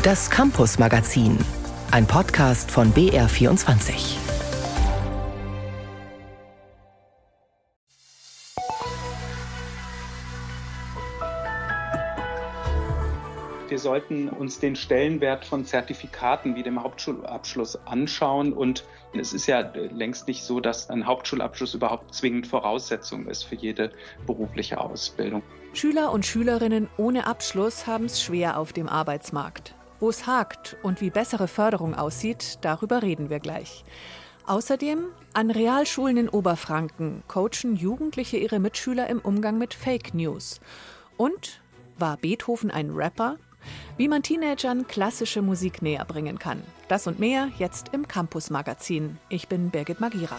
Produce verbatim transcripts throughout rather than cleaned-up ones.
Das Campus-Magazin, ein Podcast von B R vierundzwanzig. Wir sollten uns den Stellenwert von Zertifikaten wie dem Hauptschulabschluss anschauen. Und es ist ja längst nicht so, dass ein Hauptschulabschluss überhaupt zwingend Voraussetzung ist für jede berufliche Ausbildung. Schüler und Schülerinnen ohne Abschluss haben es schwer auf dem Arbeitsmarkt. Wo es hakt und wie bessere Förderung aussieht, darüber reden wir gleich. Außerdem, an Realschulen in Oberfranken coachen Jugendliche ihre Mitschüler im Umgang mit Fake News. Und, war Beethoven ein Rapper? Wie man Teenagern klassische Musik näher bringen kann. Das und mehr jetzt im Campus-Magazin. Ich bin Birgit Magira.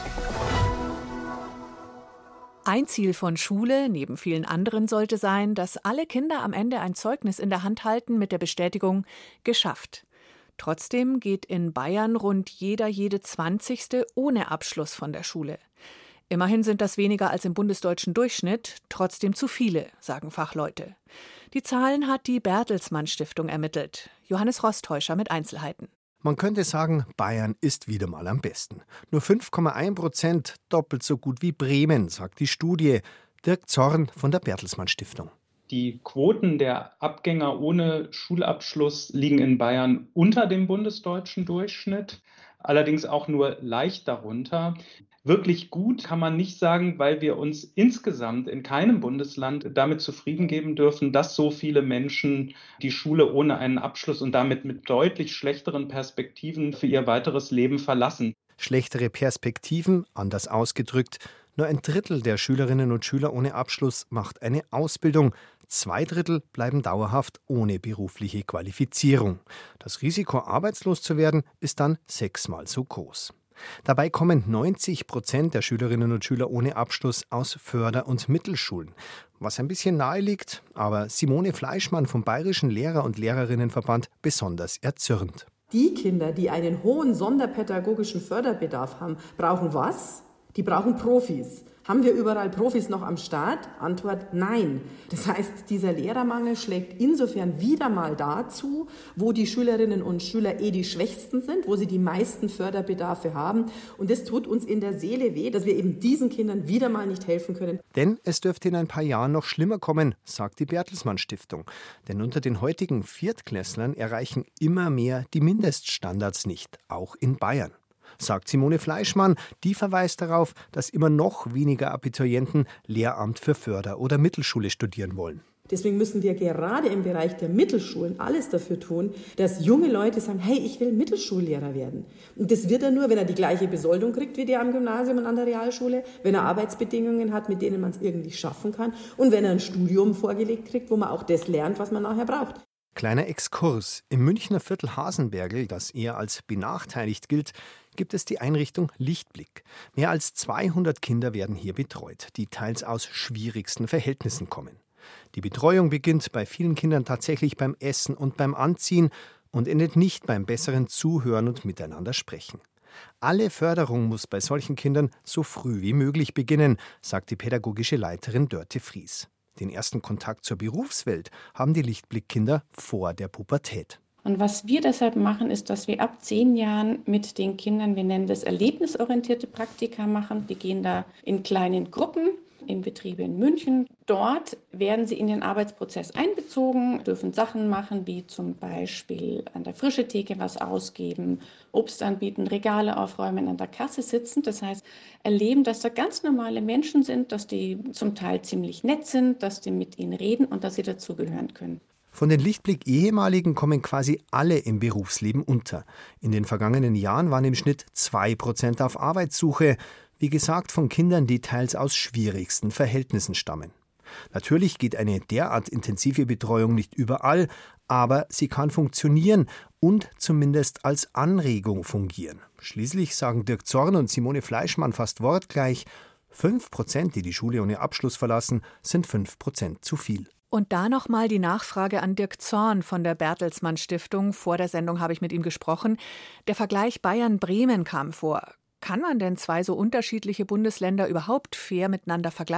Ein Ziel von Schule, neben vielen anderen, sollte sein, dass alle Kinder am Ende ein Zeugnis in der Hand halten mit der Bestätigung geschafft. Trotzdem geht in Bayern rund jeder, jede Zwanzigste ohne Abschluss von der Schule. Immerhin sind das weniger als im bundesdeutschen Durchschnitt, trotzdem zu viele, sagen Fachleute. Die Zahlen hat die Bertelsmann Stiftung ermittelt. Johannes Rostäuscher mit Einzelheiten. Man könnte sagen, Bayern ist wieder mal am besten. Nur fünf Komma eins Prozent, doppelt so gut wie Bremen, sagt die Studie. Dirk Zorn von der Bertelsmann Stiftung. Die Quoten der Abgänger ohne Schulabschluss liegen in Bayern unter dem bundesdeutschen Durchschnitt, allerdings auch nur leicht darunter. Wirklich gut kann man nicht sagen, weil wir uns insgesamt in keinem Bundesland damit zufrieden geben dürfen, dass so viele Menschen die Schule ohne einen Abschluss und damit mit deutlich schlechteren Perspektiven für ihr weiteres Leben verlassen. Schlechtere Perspektiven, anders ausgedrückt, nur ein Drittel der Schülerinnen und Schüler ohne Abschluss macht eine Ausbildung. Zwei Drittel bleiben dauerhaft ohne berufliche Qualifizierung. Das Risiko, arbeitslos zu werden, ist dann sechsmal so groß. Dabei kommen neunzig Prozent der Schülerinnen und Schüler ohne Abschluss aus Förder- und Mittelschulen. Was ein bisschen nahe liegt, aber Simone Fleischmann vom Bayerischen Lehrer- und Lehrerinnenverband besonders erzürnt. Die Kinder, die einen hohen sonderpädagogischen Förderbedarf haben, brauchen was? Die brauchen Profis. Haben wir überall Profis noch am Start? Antwort: Nein. Das heißt, dieser Lehrermangel schlägt insofern wieder mal dazu, wo die Schülerinnen und Schüler eh die Schwächsten sind, wo sie die meisten Förderbedarfe haben. Und das tut uns in der Seele weh, dass wir eben diesen Kindern wieder mal nicht helfen können. Denn es dürfte in ein paar Jahren noch schlimmer kommen, sagt die Bertelsmann Stiftung. Denn unter den heutigen Viertklässlern erreichen immer mehr die Mindeststandards nicht, auch in Bayern. Sagt Simone Fleischmann, die verweist darauf, dass immer noch weniger Abiturienten Lehramt für Förder- oder Mittelschule studieren wollen. Deswegen müssen wir gerade im Bereich der Mittelschulen alles dafür tun, dass junge Leute sagen, hey, ich will Mittelschullehrer werden. Und das wird er nur, wenn er die gleiche Besoldung kriegt wie der am Gymnasium und an der Realschule, wenn er Arbeitsbedingungen hat, mit denen man es irgendwie schaffen kann und wenn er ein Studium vorgelegt kriegt, wo man auch das lernt, was man nachher braucht. Kleiner Exkurs. Im Münchner Viertel Hasenbergl, das eher als benachteiligt gilt, gibt es die Einrichtung Lichtblick. Mehr als zweihundert Kinder werden hier betreut, die teils aus schwierigsten Verhältnissen kommen. Die Betreuung beginnt bei vielen Kindern tatsächlich beim Essen und beim Anziehen und endet nicht beim besseren Zuhören und Miteinander sprechen. Alle Förderung muss bei solchen Kindern so früh wie möglich beginnen, sagt die pädagogische Leiterin Dörte Fries. Den ersten Kontakt zur Berufswelt haben die Lichtblick-Kinder vor der Pubertät. Und was wir deshalb machen, ist, dass wir ab zehn Jahren mit den Kindern, wir nennen das erlebnisorientierte Praktika machen. Die gehen da in kleinen Gruppen in Betriebe in München. Dort werden sie in den Arbeitsprozess einbezogen, dürfen Sachen machen, wie zum Beispiel an der Frischetheke was ausgeben, Obst anbieten, Regale aufräumen, an der Kasse sitzen. Das heißt, erleben, dass da ganz normale Menschen sind, dass die zum Teil ziemlich nett sind, dass die mit ihnen reden und dass sie dazugehören können. Von den Lichtblick-Ehemaligen kommen quasi alle im Berufsleben unter. In den vergangenen Jahren waren im Schnitt zwei Prozent auf Arbeitssuche. Wie gesagt, von Kindern, die teils aus schwierigsten Verhältnissen stammen. Natürlich geht eine derart intensive Betreuung nicht überall, aber sie kann funktionieren und zumindest als Anregung fungieren. Schließlich sagen Dirk Zorn und Simone Fleischmann fast wortgleich, fünf Prozent, die die Schule ohne Abschluss verlassen, sind fünf Prozent zu viel. Und da nochmal die Nachfrage an Dirk Zorn von der Bertelsmann Stiftung. Vor der Sendung habe ich mit ihm gesprochen. Der Vergleich Bayern-Bremen kam vor. Kann man denn zwei so unterschiedliche Bundesländer überhaupt fair miteinander vergleichen?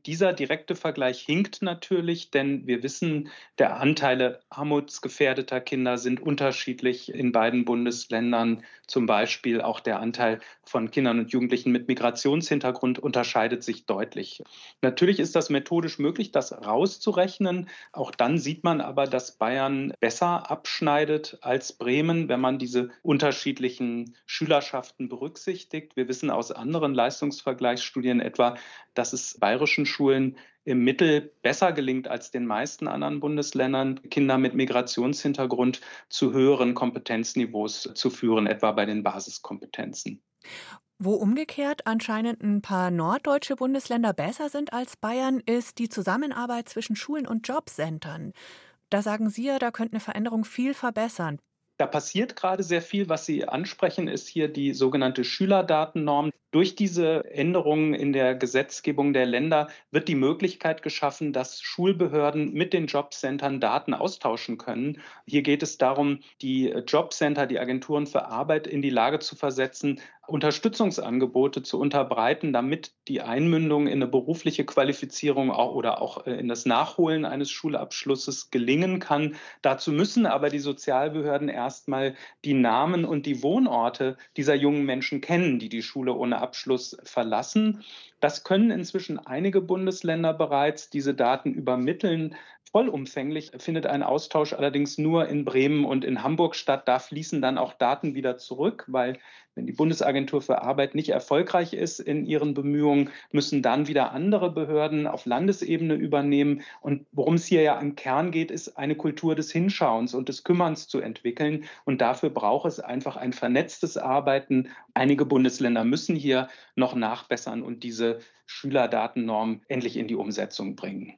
Dieser direkte Vergleich hinkt natürlich, denn wir wissen, der Anteile armutsgefährdeter Kinder sind unterschiedlich in beiden Bundesländern. Zum Beispiel auch der Anteil von Kindern und Jugendlichen mit Migrationshintergrund unterscheidet sich deutlich. Natürlich ist das methodisch möglich, das rauszurechnen. Auch dann sieht man aber, dass Bayern besser abschneidet als Bremen, wenn man diese unterschiedlichen Schülerschaften berücksichtigt. Wir wissen aus anderen Leistungsvergleichsstudien etwa, dass es bayerischen Schulen im Mittel besser gelingt als den meisten anderen Bundesländern, Kinder mit Migrationshintergrund zu höheren Kompetenzniveaus zu führen, etwa bei den Basiskompetenzen. Wo umgekehrt anscheinend ein paar norddeutsche Bundesländer besser sind als Bayern, ist die Zusammenarbeit zwischen Schulen und Jobcentern. Da sagen Sie ja, da könnte eine Veränderung viel verbessern. Da passiert gerade sehr viel. Was Sie ansprechen, ist hier die sogenannte Schülerdatennorm. Durch diese Änderungen in der Gesetzgebung der Länder wird die Möglichkeit geschaffen, dass Schulbehörden mit den Jobcentern Daten austauschen können. Hier geht es darum, die Jobcenter, die Agenturen für Arbeit in die Lage zu versetzen, Unterstützungsangebote zu unterbreiten, damit die Einmündung in eine berufliche Qualifizierung auch oder auch in das Nachholen eines Schulabschlusses gelingen kann. Dazu müssen aber die Sozialbehörden erstmal die Namen und die Wohnorte dieser jungen Menschen kennen, die die Schule ohne Abschluss verlassen. Das können inzwischen einige Bundesländer bereits. Diese Daten übermitteln. Vollumfänglich findet ein Austausch allerdings nur in Bremen und in Hamburg statt. Da fließen dann auch Daten wieder zurück, weil wenn die Bundesagentur für Arbeit nicht erfolgreich ist in ihren Bemühungen, müssen dann wieder andere Behörden auf Landesebene übernehmen. Und worum es hier ja im Kern geht, ist eine Kultur des Hinschauens und des Kümmerns zu entwickeln. Und dafür braucht es einfach ein vernetztes Arbeiten. Einige Bundesländer müssen hier noch nachbessern und diese Schülerdatennorm endlich in die Umsetzung bringen.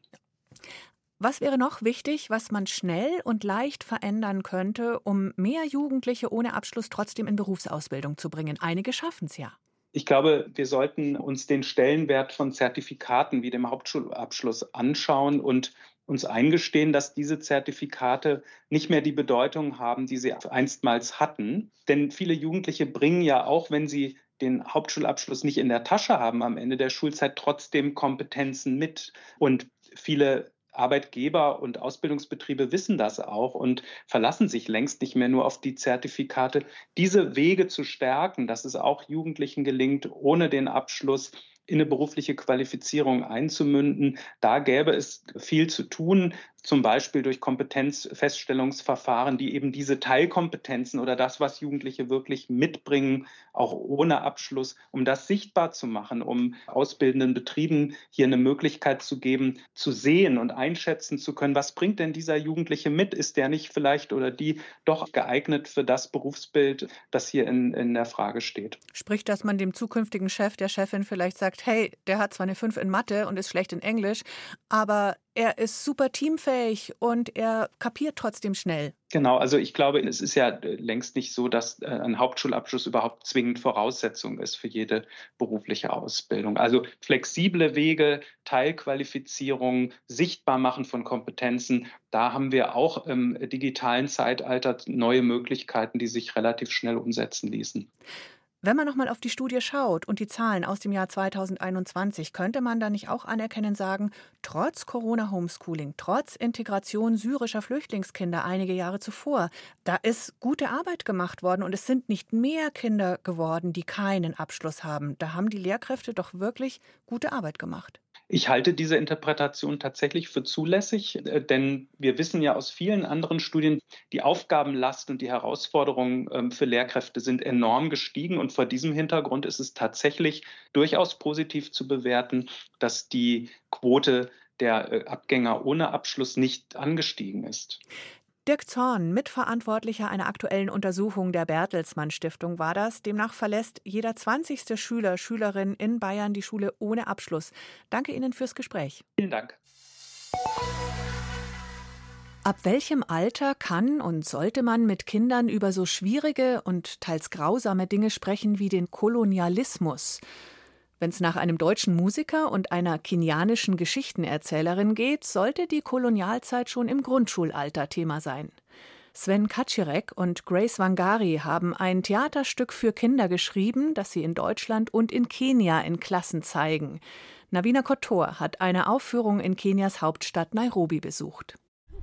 Was wäre noch wichtig, was man schnell und leicht verändern könnte, um mehr Jugendliche ohne Abschluss trotzdem in Berufsausbildung zu bringen? Einige schaffen es ja. Ich glaube, wir sollten uns den Stellenwert von Zertifikaten wie dem Hauptschulabschluss anschauen und uns eingestehen, dass diese Zertifikate nicht mehr die Bedeutung haben, die sie einstmals hatten. Denn viele Jugendliche bringen ja auch, wenn sie den Hauptschulabschluss nicht in der Tasche haben, am Ende der Schulzeit trotzdem Kompetenzen mit. Und viele Arbeitgeber und Ausbildungsbetriebe wissen das auch und verlassen sich längst nicht mehr nur auf die Zertifikate. Diese Wege zu stärken, dass es auch Jugendlichen gelingt, ohne den Abschluss in eine berufliche Qualifizierung einzumünden, da gäbe es viel zu tun, zum Beispiel durch Kompetenzfeststellungsverfahren, die eben diese Teilkompetenzen oder das, was Jugendliche wirklich mitbringen, auch ohne Abschluss, um das sichtbar zu machen, um ausbildenden Betrieben hier eine Möglichkeit zu geben, zu sehen und einschätzen zu können, was bringt denn dieser Jugendliche mit? Ist der nicht vielleicht oder die doch geeignet für das Berufsbild, das hier in, in der Frage steht? Sprich, dass man dem zukünftigen Chef, der Chefin vielleicht sagt, hey, der hat zwar eine fünf in Mathe und ist schlecht in Englisch, aber er ist super teamfähig und er kapiert trotzdem schnell. Genau, also ich glaube, es ist ja längst nicht so, dass ein Hauptschulabschluss überhaupt zwingend Voraussetzung ist für jede berufliche Ausbildung. Also flexible Wege, Teilqualifizierung, Sichtbarmachen von Kompetenzen, da haben wir auch im digitalen Zeitalter neue Möglichkeiten, die sich relativ schnell umsetzen ließen. Wenn man nochmal auf die Studie schaut und die Zahlen aus dem Jahr zweitausendeinundzwanzig, könnte man da nicht auch anerkennend sagen, trotz Corona-Homeschooling, trotz Integration syrischer Flüchtlingskinder einige Jahre zuvor, da ist gute Arbeit gemacht worden und es sind nicht mehr Kinder geworden, die keinen Abschluss haben. Da haben die Lehrkräfte doch wirklich gute Arbeit gemacht. Ich halte diese Interpretation tatsächlich für zulässig, denn wir wissen ja aus vielen anderen Studien, die Aufgabenlast und die Herausforderungen für Lehrkräfte sind enorm gestiegen. Und vor diesem Hintergrund ist es tatsächlich durchaus positiv zu bewerten, dass die Quote der Abgänger ohne Abschluss nicht angestiegen ist. Dirk Zorn, Mitverantwortlicher einer aktuellen Untersuchung der Bertelsmann Stiftung war das. Demnach verlässt jeder zwanzigste Schüler, Schülerin in Bayern die Schule ohne Abschluss. Danke Ihnen fürs Gespräch. Vielen Dank. Ab welchem Alter kann und sollte man mit Kindern über so schwierige und teils grausame Dinge sprechen wie den Kolonialismus? Wenn es nach einem deutschen Musiker und einer kenianischen Geschichtenerzählerin geht, sollte die Kolonialzeit schon im Grundschulalter Thema sein. Sven Kaczirek und Grace Wangari haben ein Theaterstück für Kinder geschrieben, das sie in Deutschland und in Kenia in Klassen zeigen. Navina Kotor hat eine Aufführung in Kenias Hauptstadt Nairobi besucht.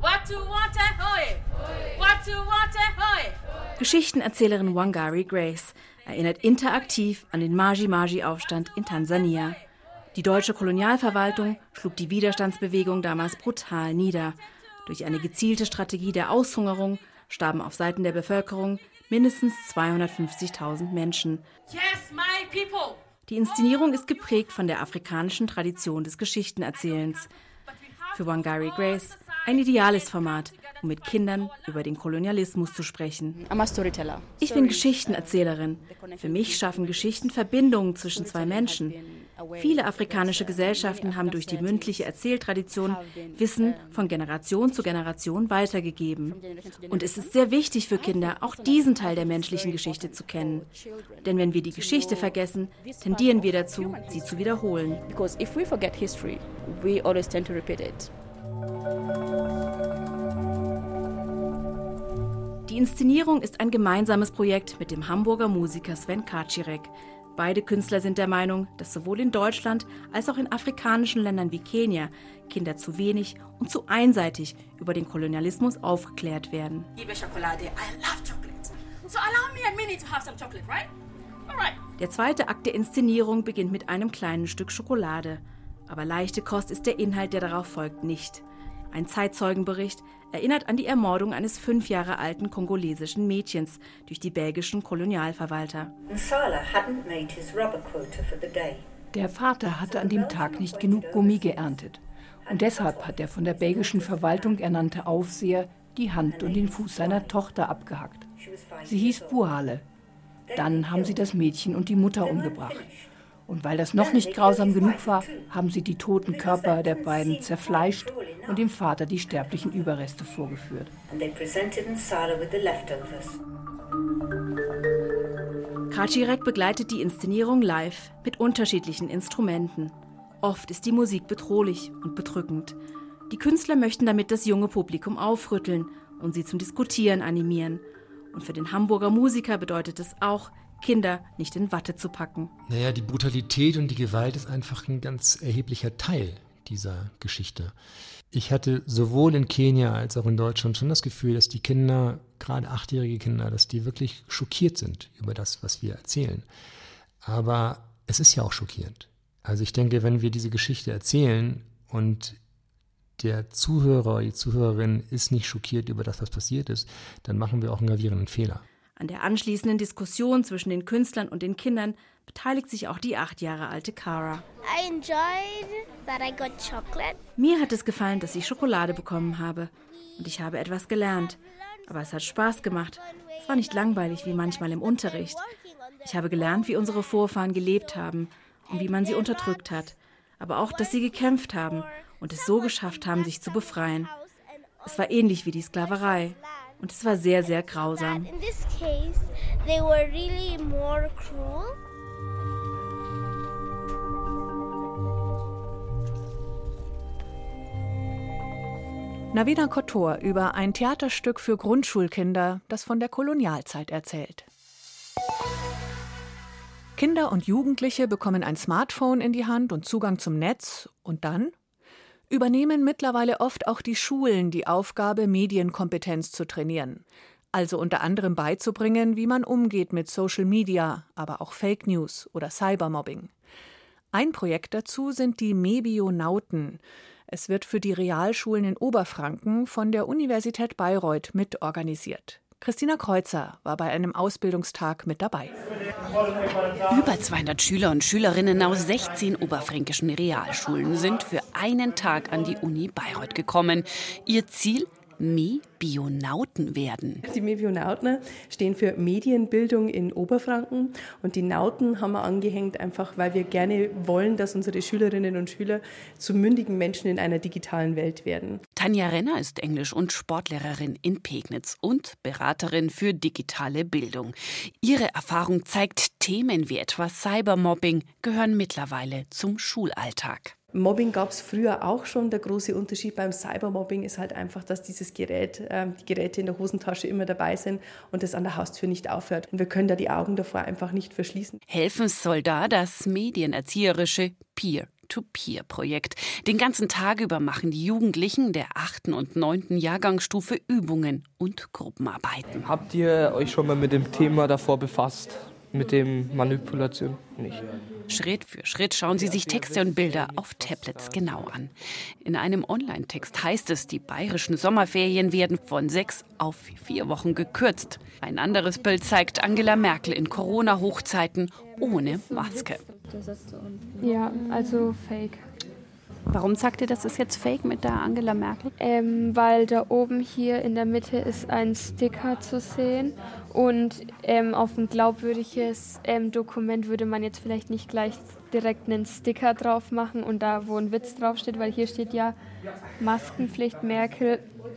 Geschichtenerzählerin Wangari Grace erinnert interaktiv an den Maji-Maji-Aufstand in Tansania. Die deutsche Kolonialverwaltung schlug die Widerstandsbewegung damals brutal nieder. Durch eine gezielte Strategie der Aushungerung starben auf Seiten der Bevölkerung mindestens zweihundertfünfzigtausend Menschen. Yes, my people. Die Inszenierung ist geprägt von der afrikanischen Tradition des Geschichtenerzählens. Für Wangari Grace ein ideales Format, um mit Kindern über den Kolonialismus zu sprechen. Ich bin Geschichtenerzählerin. Für mich schaffen Geschichten Verbindungen zwischen zwei Menschen. Viele afrikanische Gesellschaften haben durch die mündliche Erzähltradition Wissen von Generation zu Generation weitergegeben. Und es ist sehr wichtig für Kinder, auch diesen Teil der menschlichen Geschichte zu kennen. Denn wenn wir die Geschichte vergessen, tendieren wir dazu, sie zu wiederholen. Because if we forget history, we always tend to repeat it. Die Inszenierung ist ein gemeinsames Projekt mit dem Hamburger Musiker Sven Kaczirek. Beide Künstler sind der Meinung, dass sowohl in Deutschland als auch in afrikanischen Ländern wie Kenia Kinder zu wenig und zu einseitig über den Kolonialismus aufgeklärt werden. Ich liebe Schokolade. I love chocolate. So allow me a minute to have some chocolate, right? All right. Der zweite Akt der Inszenierung beginnt mit einem kleinen Stück Schokolade. Aber leichte Kost ist der Inhalt, der darauf folgt, nicht. Ein Zeitzeugenbericht erinnert an die Ermordung eines fünf Jahre alten kongolesischen Mädchens durch die belgischen Kolonialverwalter. Der Vater hatte an dem Tag nicht genug Gummi geerntet. Und deshalb hat der von der belgischen Verwaltung ernannte Aufseher die Hand und den Fuß seiner Tochter abgehackt. Sie hieß Buhale. Dann haben sie das Mädchen und die Mutter umgebracht. Und weil das noch nicht grausam genug war, haben sie die toten Körper der beiden zerfleischt und dem Vater die sterblichen Überreste vorgeführt. Kaczirek begleitet die Inszenierung live mit unterschiedlichen Instrumenten. Oft ist die Musik bedrohlich und bedrückend. Die Künstler möchten damit das junge Publikum aufrütteln und sie zum Diskutieren animieren. Und für den Hamburger Musiker bedeutet es auch, Kinder nicht in Watte zu packen. Naja, die Brutalität und die Gewalt ist einfach ein ganz erheblicher Teil dieser Geschichte. Ich hatte sowohl in Kenia als auch in Deutschland schon das Gefühl, dass die Kinder, gerade achtjährige Kinder, dass die wirklich schockiert sind über das, was wir erzählen. Aber es ist ja auch schockierend. Also ich denke, wenn wir diese Geschichte erzählen und der Zuhörer, die Zuhörerin ist nicht schockiert über das, was passiert ist, dann machen wir auch einen gravierenden Fehler. An der anschließenden Diskussion zwischen den Künstlern und den Kindern beteiligt sich auch die acht Jahre alte Cara. I enjoyed that I got chocolate. Mir hat es gefallen, dass ich Schokolade bekommen habe. Und ich habe etwas gelernt. Aber es hat Spaß gemacht. Es war nicht langweilig wie manchmal im Unterricht. Ich habe gelernt, wie unsere Vorfahren gelebt haben und wie man sie unterdrückt hat. Aber auch, dass sie gekämpft haben und es so geschafft haben, sich zu befreien. Es war ähnlich wie die Sklaverei. Und es war sehr, sehr grausam. In this case, they were really more cruel. Navina Kotor über ein Theaterstück für Grundschulkinder, das von der Kolonialzeit erzählt. Kinder und Jugendliche bekommen ein Smartphone in die Hand und Zugang zum Netz. Und dann übernehmen mittlerweile oft auch die Schulen die Aufgabe, Medienkompetenz zu trainieren. Also unter anderem beizubringen, wie man umgeht mit Social Media, aber auch Fake News oder Cybermobbing. Ein Projekt dazu sind die Mebionauten. Es wird für die Realschulen in Oberfranken von der Universität Bayreuth mitorganisiert. Christina Kreuzer war bei einem Ausbildungstag mit dabei. Über zweihundert Schüler und Schülerinnen aus sechzehn oberfränkischen Realschulen sind für einen Tag an die Uni Bayreuth gekommen. Ihr Ziel? Mebionauten werden. Die Mebionauten stehen für Medienbildung in Oberfranken und die Nauten haben wir angehängt, einfach weil wir gerne wollen, dass unsere Schülerinnen und Schüler zu mündigen Menschen in einer digitalen Welt werden. Tanja Renner ist Englisch- und Sportlehrerin in Pegnitz und Beraterin für digitale Bildung. Ihre Erfahrung zeigt, Themen wie etwa Cybermobbing gehören mittlerweile zum Schulalltag. Mobbing gab es früher auch schon. Der große Unterschied beim Cybermobbing ist halt einfach, dass dieses Gerät, äh, die Geräte in der Hosentasche immer dabei sind und es an der Haustür nicht aufhört. Und wir können da die Augen davor einfach nicht verschließen. Helfen soll da das medienerzieherische Peer-to-Peer-Projekt. Den ganzen Tag über machen die Jugendlichen der achten und neunten Jahrgangsstufe Übungen und Gruppenarbeiten. Habt ihr euch schon mal mit dem Thema davor befasst? Mit dem Manipulation? Nicht. Schritt für Schritt schauen sie sich Texte und Bilder auf Tablets genau an. In einem Online-Text heißt es, die bayerischen Sommerferien werden von sechs auf vier Wochen gekürzt. Ein anderes Bild zeigt Angela Merkel in Corona-Hochzeiten ohne Maske. Ja, also fake. Warum sagt ihr, das ist jetzt fake mit der Angela Merkel? Ähm, weil da oben hier in der Mitte ist ein Sticker zu sehen und ähm, auf ein glaubwürdiges ähm, Dokument würde man jetzt vielleicht nicht gleich direkt einen Sticker drauf machen und da, wo ein Witz draufsteht, weil hier steht ja Maskenpflicht Merkel.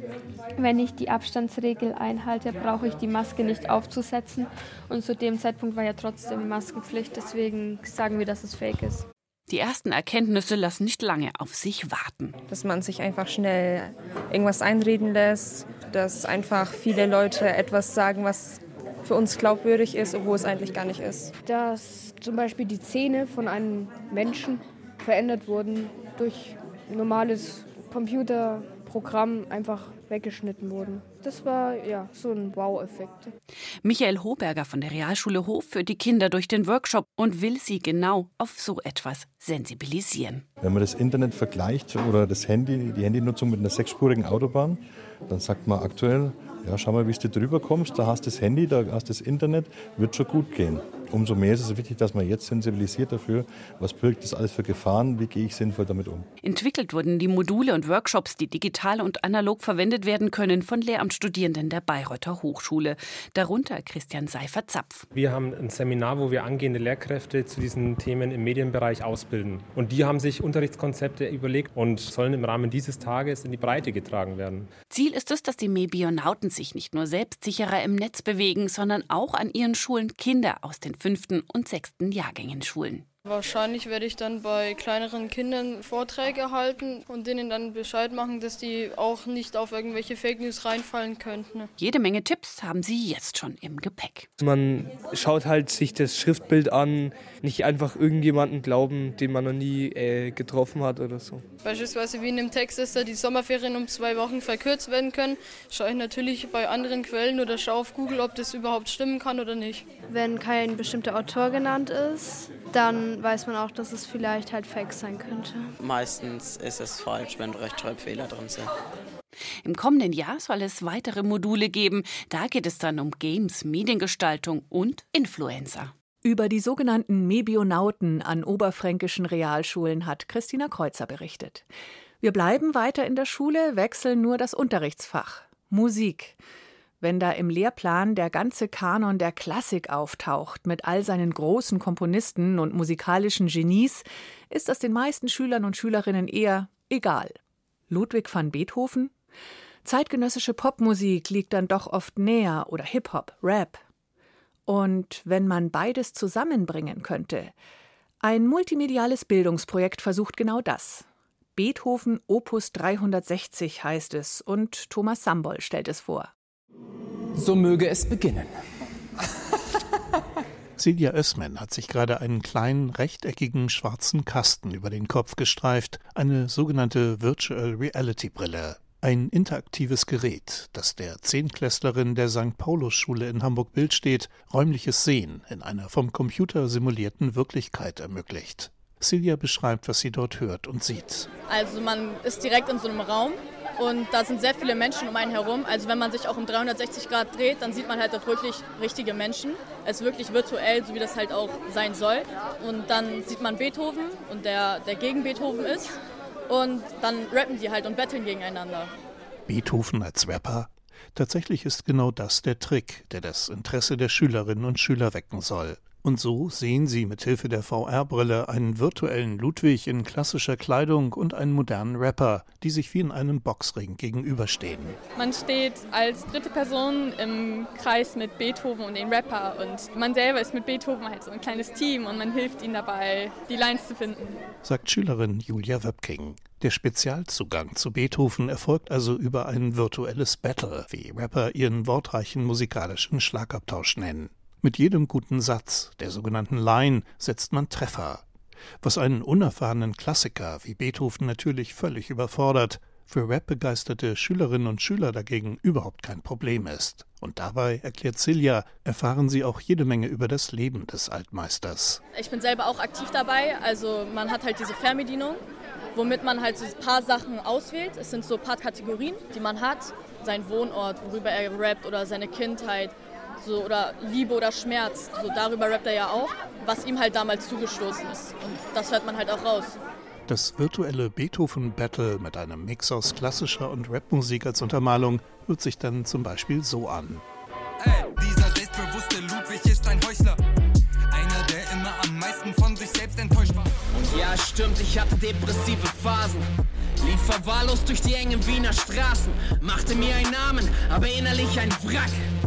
Wenn ich die Abstandsregel einhalte, brauche ich die Maske nicht aufzusetzen und zu dem Zeitpunkt war ja trotzdem Maskenpflicht, deswegen sagen wir, dass es fake ist. Die ersten Erkenntnisse lassen nicht lange auf sich warten. Dass man sich einfach schnell irgendwas einreden lässt, dass einfach viele Leute etwas sagen, was für uns glaubwürdig ist, obwohl es eigentlich gar nicht ist. Dass zum Beispiel die Zähne von einem Menschen verändert wurden durch normales Computerprogramm, einfach weggeschnitten wurden. Das war ja so ein Wow-Effekt. Michael Hoberger von der Realschule Hof führt die Kinder durch den Workshop und will sie genau auf so etwas sensibilisieren. Wenn man das Internet vergleicht oder das Handy, die Handynutzung mit einer sechsspurigen Autobahn, dann sagt man aktuell, ja, schau mal, wie du drüber kommst, da hast du das Handy, da hast du das Internet, wird schon gut gehen. Umso mehr ist es wichtig, dass man jetzt sensibilisiert dafür, was birgt das alles für Gefahren, wie gehe ich sinnvoll damit um. Entwickelt wurden die Module und Workshops, die digital und analog verwendet werden können, von Lehramtsstudierenden der Bayreuther Hochschule. Darunter Christian Seifer-Zapf. Wir haben ein Seminar, wo wir angehende Lehrkräfte zu diesen Themen im Medienbereich ausbilden. Und die haben sich Unterrichtskonzepte überlegt und sollen im Rahmen dieses Tages in die Breite getragen werden. Ziel ist es, dass die Mebionauten sich nicht nur selbstsicherer im Netz bewegen, sondern auch an ihren Schulen Kinder aus den fünften und sechsten Jahrgängen schulen. Wahrscheinlich werde ich dann bei kleineren Kindern Vorträge halten und denen dann Bescheid machen, dass die auch nicht auf irgendwelche Fake News reinfallen könnten. Jede Menge Tipps haben sie jetzt schon im Gepäck. Man schaut halt sich das Schriftbild an, nicht einfach irgendjemanden glauben, den man noch nie äh, getroffen hat oder so. Beispielsweise wie in dem Text, dass da die Sommerferien um zwei Wochen verkürzt werden können, schaue ich natürlich bei anderen Quellen oder schaue auf Google, ob das überhaupt stimmen kann oder nicht. Wenn kein bestimmter Autor genannt ist, dann weiß man auch, dass es vielleicht halt Fake sein könnte. Meistens ist es falsch, wenn Rechtschreibfehler drin sind. Im kommenden Jahr soll es weitere Module geben. Da geht es dann um Games, Mediengestaltung und Influencer. Über die sogenannten Mebionauten an oberfränkischen Realschulen hat Christina Kreuzer berichtet. Wir bleiben weiter in der Schule, wechseln nur das Unterrichtsfach. Musik. Wenn da im Lehrplan der ganze Kanon der Klassik auftaucht, mit all seinen großen Komponisten und musikalischen Genies, ist das den meisten Schülern und Schülerinnen eher egal. Ludwig van Beethoven? Zeitgenössische Popmusik liegt dann doch oft näher oder Hip-Hop, Rap. Und wenn man beides zusammenbringen könnte, ein multimediales Bildungsprojekt versucht genau das. Beethoven Opus dreihundertsechzig heißt es und Thomas Sambol stellt es vor. So möge es beginnen. Silja Ößmann hat sich gerade einen kleinen, rechteckigen, schwarzen Kasten über den Kopf gestreift, eine sogenannte Virtual Reality Brille. Ein interaktives Gerät, das der Zehnklässlerin der Sankt Paulus-Schule in Hamburg-Billstedt räumliches Sehen in einer vom Computer simulierten Wirklichkeit ermöglicht. Silja beschreibt, was sie dort hört und sieht. Also man ist direkt in so einem Raum und da sind sehr viele Menschen um einen herum. Also wenn man sich auch um dreihundertsechzig Grad dreht, dann sieht man halt auch wirklich richtige Menschen. Es ist wirklich virtuell, so wie das halt auch sein soll. Und dann sieht man Beethoven und der, der gegen Beethoven ist. Und dann rappen die halt und betteln gegeneinander. Beethoven als Rapper? Tatsächlich ist genau das der Trick, der das Interesse der Schülerinnen und Schüler wecken soll. Und so sehen sie mit Hilfe der V R-Brille einen virtuellen Ludwig in klassischer Kleidung und einen modernen Rapper, die sich wie in einem Boxring gegenüberstehen. Man steht als dritte Person im Kreis mit Beethoven und dem Rapper und man selber ist mit Beethoven halt so ein kleines Team und man hilft ihnen dabei, die Lines zu finden. Sagt Schülerin Julia Wöpking. Der Spezialzugang zu Beethoven erfolgt also über ein virtuelles Battle, wie Rapper ihren wortreichen musikalischen Schlagabtausch nennen. Mit jedem guten Satz, der sogenannten Line, setzt man Treffer. Was einen unerfahrenen Klassiker wie Beethoven natürlich völlig überfordert, für Rap-begeisterte Schülerinnen und Schüler dagegen überhaupt kein Problem ist. Und dabei, erklärt Silja, erfahren sie auch jede Menge über das Leben des Altmeisters. Ich bin selber auch aktiv dabei, also man hat halt diese Fernbedienung, womit man halt so ein paar Sachen auswählt. Es sind so ein paar Kategorien, die man hat. Sein Wohnort, worüber er rappt oder seine Kindheit. So, oder Liebe oder Schmerz, so darüber rappt er ja auch, was ihm halt damals zugestoßen ist. Und das hört man halt auch raus. Das virtuelle Beethoven-Battle mit einem Mix aus klassischer und Rapmusik als Untermalung hört sich dann zum Beispiel so an. Ey, dieser selbstbewusste Ludwig ist ein Heuchler. Einer, der immer am meisten von sich selbst enttäuscht war. Und ja, stimmt, ich hatte depressive Phasen. Lief verwahrlost durch die engen Wiener Straßen. Machte mir einen Namen, aber innerlich ein Wrack.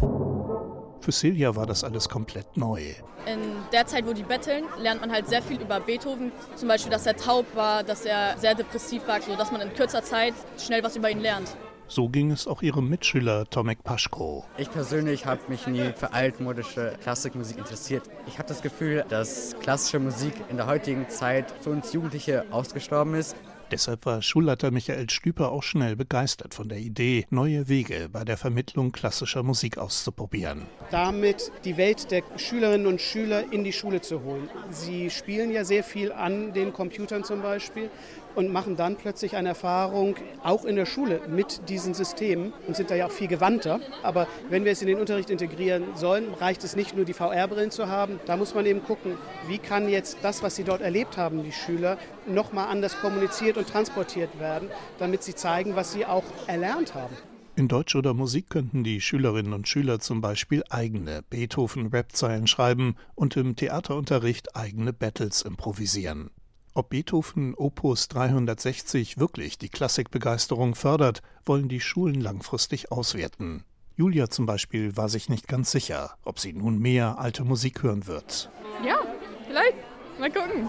Für Silja war das alles komplett neu. In der Zeit, wo die betteln, lernt man halt sehr viel über Beethoven. Zum Beispiel, dass er taub war, dass er sehr depressiv war, sodass man in kürzer Zeit schnell was über ihn lernt. So ging es auch ihrem Mitschüler Tomek Paschko. Ich persönlich habe mich nie für altmodische Klassikmusik interessiert. Ich habe das Gefühl, dass klassische Musik in der heutigen Zeit für uns Jugendliche ausgestorben ist. Deshalb war Schulleiter Michael Stüper auch schnell begeistert von der Idee, neue Wege bei der Vermittlung klassischer Musik auszuprobieren. Damit die Welt der Schülerinnen und Schüler in die Schule zu holen. Sie spielen ja sehr viel an den Computern zum Beispiel und machen dann plötzlich eine Erfahrung, auch in der Schule, mit diesen Systemen und sind da ja auch viel gewandter. Aber wenn wir es in den Unterricht integrieren sollen, reicht es nicht nur, die V R-Brillen zu haben. Da muss man eben gucken, wie kann jetzt das, was sie dort erlebt haben, die Schüler, nochmal anders kommuniziert und transportiert werden, damit sie zeigen, was sie auch erlernt haben. In Deutsch oder Musik könnten die Schülerinnen und Schüler zum Beispiel eigene Beethoven-Rap-Zeilen schreiben und im Theaterunterricht eigene Battles improvisieren. Ob Beethoven Opus dreihundertsechzig wirklich die Klassikbegeisterung fördert, wollen die Schulen langfristig auswerten. Julia zum Beispiel war sich nicht ganz sicher, ob sie nun mehr alte Musik hören wird. Ja, vielleicht. Mal gucken.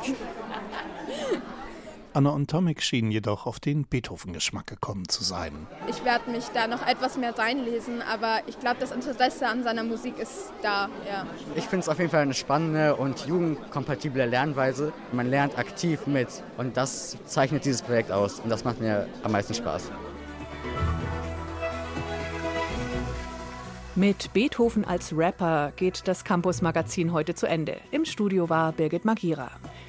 Anna und Tomek schienen jedoch auf den Beethoven-Geschmack gekommen zu sein. Ich werde mich da noch etwas mehr reinlesen, aber ich glaube, das Interesse an seiner Musik ist da, ja. Ich finde es auf jeden Fall eine spannende und jugendkompatible Lernweise. Man lernt aktiv mit und das zeichnet dieses Projekt aus und das macht mir am meisten Spaß. Mit Beethoven als Rapper geht das Campus-Magazin heute zu Ende. Im Studio war Birgit Magira.